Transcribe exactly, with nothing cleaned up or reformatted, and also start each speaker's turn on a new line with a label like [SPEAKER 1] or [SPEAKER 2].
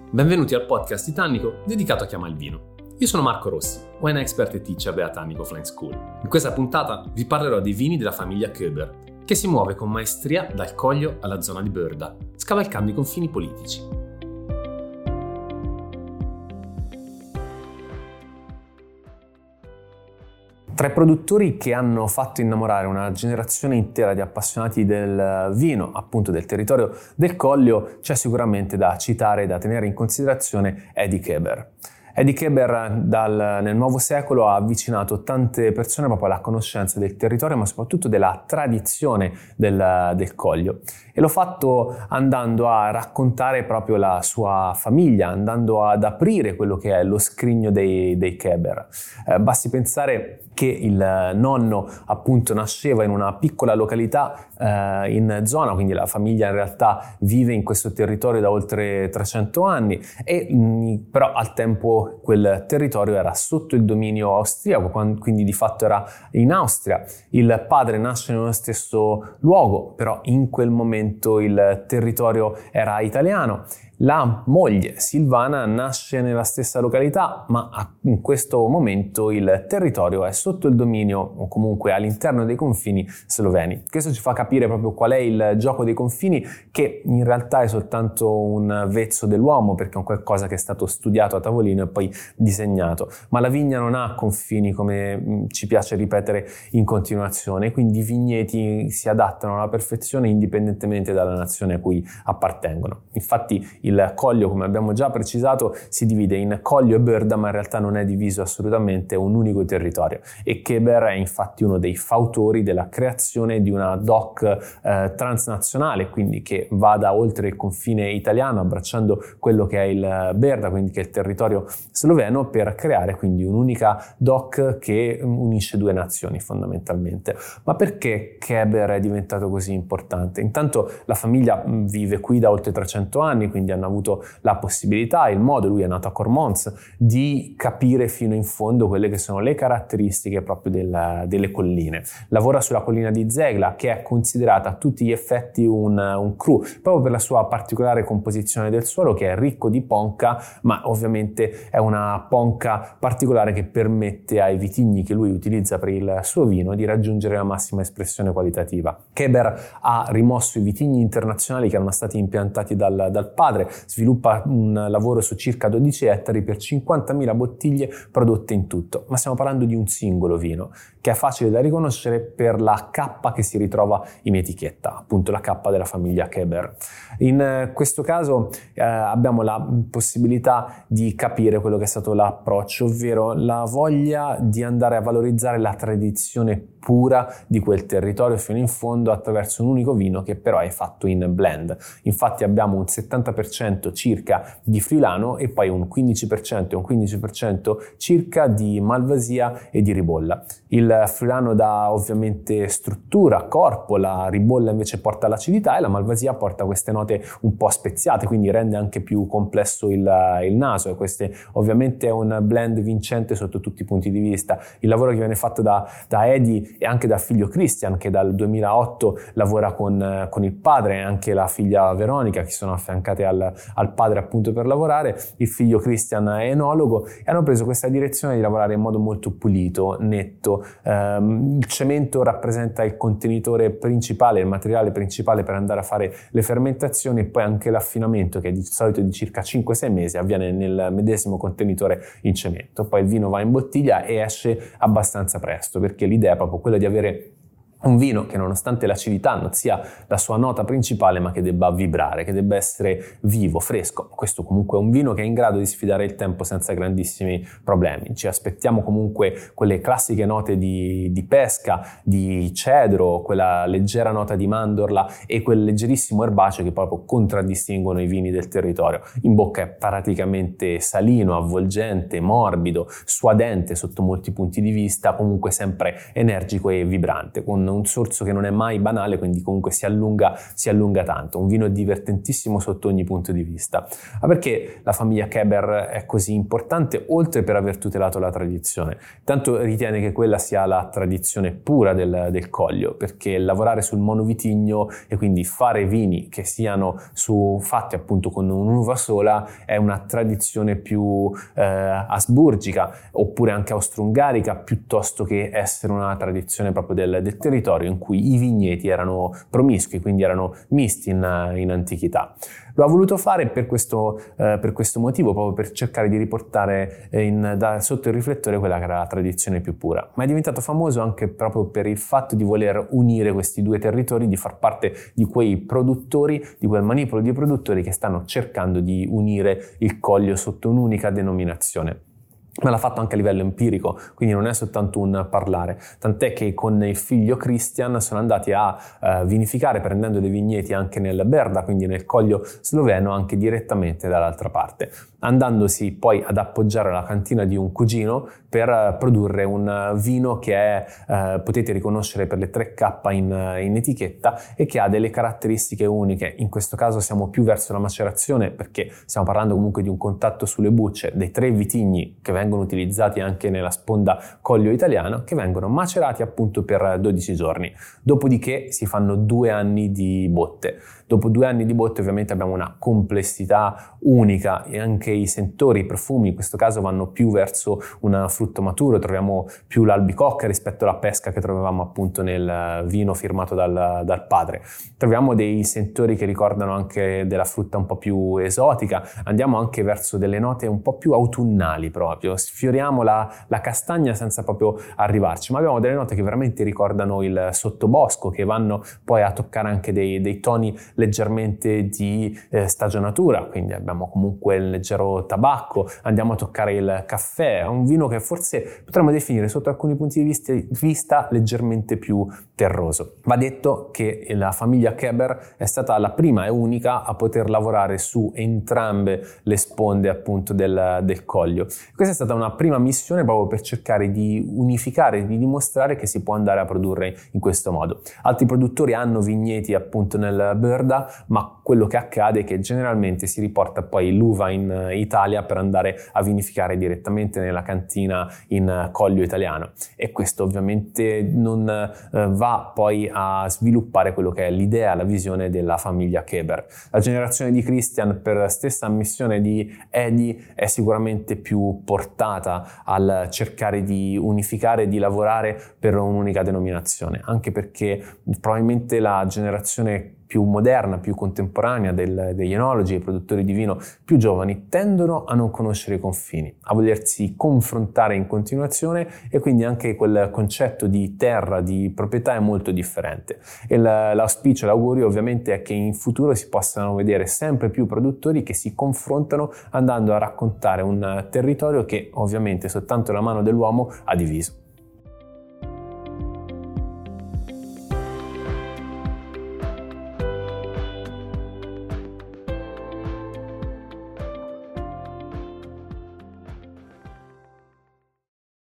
[SPEAKER 1] Benvenuti al podcast Titanico dedicato a chi ama il vino. Io sono Marco Rossi, wine expert e teacher della Tannico Flying School. In questa puntata vi parlerò dei vini della famiglia Köber, che si muove con maestria dal Coglio alla zona di Börda, scavalcando i confini politici. Tra i produttori che hanno fatto innamorare una generazione intera di appassionati del vino, appunto del territorio del Coglio, c'è sicuramente da citare e da tenere in considerazione Eddie Köber. Eddie Köber dal, nel nuovo secolo ha avvicinato tante persone proprio alla conoscenza del territorio, ma soprattutto della tradizione del, del Coglio. E l'ho fatto andando a raccontare proprio la sua famiglia, andando ad aprire quello che è lo scrigno dei, dei Köber. Eh, basti pensare che il nonno appunto nasceva in una piccola località eh, in zona, quindi la famiglia in realtà vive in questo territorio da oltre trecento anni, e mh, però al tempo quel territorio era sotto il dominio austriaco, quindi di fatto era in Austria. Il padre nasce nello stesso luogo, però in quel momento il territorio era italiano. La moglie Silvana nasce nella stessa località, ma in questo momento il territorio è sotto il dominio o comunque all'interno dei confini sloveni. Questo ci fa capire proprio qual è il gioco dei confini, che in realtà è soltanto un vezzo dell'uomo, perché è un qualcosa che è stato studiato a tavolino e poi disegnato. Ma la vigna non ha confini, come ci piace ripetere in continuazione, quindi i vigneti si adattano alla perfezione indipendentemente dalla nazione a cui appartengono. Infatti il Coglio, come abbiamo già precisato, si divide in Coglio e Börda, ma in realtà non è diviso assolutamente, è un unico territorio. E Köber è infatti uno dei fautori della creazione di una D O C eh, transnazionale, quindi che vada oltre il confine italiano, abbracciando quello che è il Bërda, quindi che è il territorio sloveno, per creare quindi un'unica D O C che unisce due nazioni fondamentalmente. Ma perché Köber è diventato così importante? Intanto la famiglia vive qui da oltre trecento anni, quindi hanno avuto la possibilità, il modo, lui è nato a Cormons, di capire fino in fondo quelle che sono le caratteristiche proprio del, delle colline. Lavora sulla collina di Zegla, che è considerata a tutti gli effetti un, un cru, proprio per la sua particolare composizione del suolo, che è ricco di ponca, ma ovviamente è una ponca particolare che permette ai vitigni che lui utilizza per il suo vino di raggiungere la massima espressione qualitativa. Köber ha rimosso i vitigni internazionali che erano stati impiantati dal, dal padre, sviluppa un lavoro su circa dodici ettari per cinquantamila bottiglie prodotte in tutto, ma stiamo parlando di un singolo vino che è facile da riconoscere per la cappa che si ritrova in etichetta, appunto la cappa della famiglia Köber. In questo caso eh, abbiamo la possibilità di capire quello che è stato l'approccio, ovvero la voglia di andare a valorizzare la tradizione pura di quel territorio fino in fondo attraverso un unico vino che però è fatto in blend. Infatti abbiamo un settanta per cento circa di Friulano e poi un quindici per cento e un quindici per cento circa di Malvasia e di Ribolla. Il Friulano dà ovviamente struttura, corpo, la Ribolla invece porta l'acidità e la Malvasia porta queste note un po' speziate, quindi rende anche più complesso il, il naso, e questo ovviamente è un blend vincente sotto tutti i punti di vista. Il lavoro che viene fatto da, da Eddie e anche dal figlio Christian, che dal duemilaotto lavora con, con il padre, e anche la figlia Veronica, che sono affiancate al, al padre appunto per lavorare. Il figlio Christian è enologo e hanno preso questa direzione di lavorare in modo molto pulito, netto. Um, il cemento rappresenta il contenitore principale, il materiale principale per andare a fare le fermentazioni, e poi anche l'affinamento, che di solito di circa cinque sei mesi avviene nel medesimo contenitore in cemento. Poi il vino va in bottiglia e esce abbastanza presto, perché l'idea è proprio quella di avere un vino che, nonostante l'acidità non sia la sua nota principale, ma che debba vibrare, che debba essere vivo, fresco. Questo comunque è un vino che è in grado di sfidare il tempo senza grandissimi problemi. Ci aspettiamo comunque quelle classiche note di, di pesca, di cedro, quella leggera nota di mandorla e quel leggerissimo erbaceo che proprio contraddistinguono i vini del territorio. In bocca è praticamente salino, avvolgente, morbido, suadente sotto molti punti di vista, comunque sempre energico e vibrante, con un sorso che non è mai banale, quindi comunque si allunga, si allunga tanto. Un vino divertentissimo sotto ogni punto di vista. Ma perché la famiglia Keber è così importante, oltre per aver tutelato la tradizione? Tanto ritiene che quella sia la tradizione pura del, del Collio, perché lavorare sul monovitigno e quindi fare vini che siano su, fatti appunto con un'uva sola è una tradizione più eh, asburgica oppure anche austro-ungarica, piuttosto che essere una tradizione proprio del, del territorio in cui i vigneti erano promiscui, quindi erano misti in, in antichità. Lo ha voluto fare per questo, eh, per questo motivo, proprio per cercare di riportare in, da, sotto il riflettore quella che era la tradizione più pura. Ma è diventato famoso anche proprio per il fatto di voler unire questi due territori, di far parte di quei produttori, di quel manipolo di produttori che stanno cercando di unire il Collio sotto un'unica denominazione. Ma l'ha fatto anche a livello empirico, quindi non è soltanto un parlare, tant'è che con il figlio Christian sono andati a uh, vinificare prendendo dei vigneti anche nel Berda, quindi nel Collio sloveno, anche direttamente dall'altra parte, andandosi poi ad appoggiare la cantina di un cugino per uh, produrre un vino che è, uh, potete riconoscere per le tre K in, in etichetta e che ha delle caratteristiche uniche. In questo caso siamo più verso la macerazione, perché stiamo parlando comunque di un contatto sulle bucce dei tre vitigni che vengono utilizzati anche nella sponda Collio italiano, che vengono macerati appunto per dodici giorni. Dopodiché si fanno due anni di botte. Dopo due anni di botte ovviamente abbiamo una complessità unica e anche i sentori, i profumi in questo caso vanno più verso un frutto maturo, troviamo più l'albicocca rispetto alla pesca che trovavamo appunto nel vino firmato dal, dal padre. Troviamo dei sentori che ricordano anche della frutta un po' più esotica, andiamo anche verso delle note un po' più autunnali proprio, sfioriamo la, la castagna senza proprio arrivarci, ma abbiamo delle note che veramente ricordano il sottobosco, che vanno poi a toccare anche dei, dei toni leggermente di eh, stagionatura, quindi abbiamo comunque il leggero tabacco, andiamo a toccare il caffè, un vino che forse potremmo definire sotto alcuni punti di vista, vista leggermente più terroso. Va detto che la famiglia Keber è stata la prima e unica a poter lavorare su entrambe le sponde appunto del, del Collio. Questa è stata una prima missione proprio per cercare di unificare, di dimostrare che si può andare a produrre in questo modo. Altri produttori hanno vigneti appunto nel Berda, ma quello che accade è che generalmente si riporta poi l'uva in Italia per andare a vinificare direttamente nella cantina in Collio italiano, e questo ovviamente non eh, va poi a sviluppare quello che è l'idea, la visione della famiglia Keber. La generazione di Christian, per stessa ammissione di Edi, è sicuramente più portata al cercare di unificare e di lavorare per un'unica denominazione, anche perché probabilmente la generazione più moderna, più contemporanea del, degli enologi e produttori di vino più giovani tendono a non conoscere i confini, a volersi confrontare in continuazione, e quindi anche quel concetto di terra, di proprietà è molto differente. E l'auspicio, l'augurio ovviamente è che in futuro si possano vedere sempre più produttori che si confrontano andando a raccontare un territorio che ovviamente soltanto la mano dell'uomo ha diviso.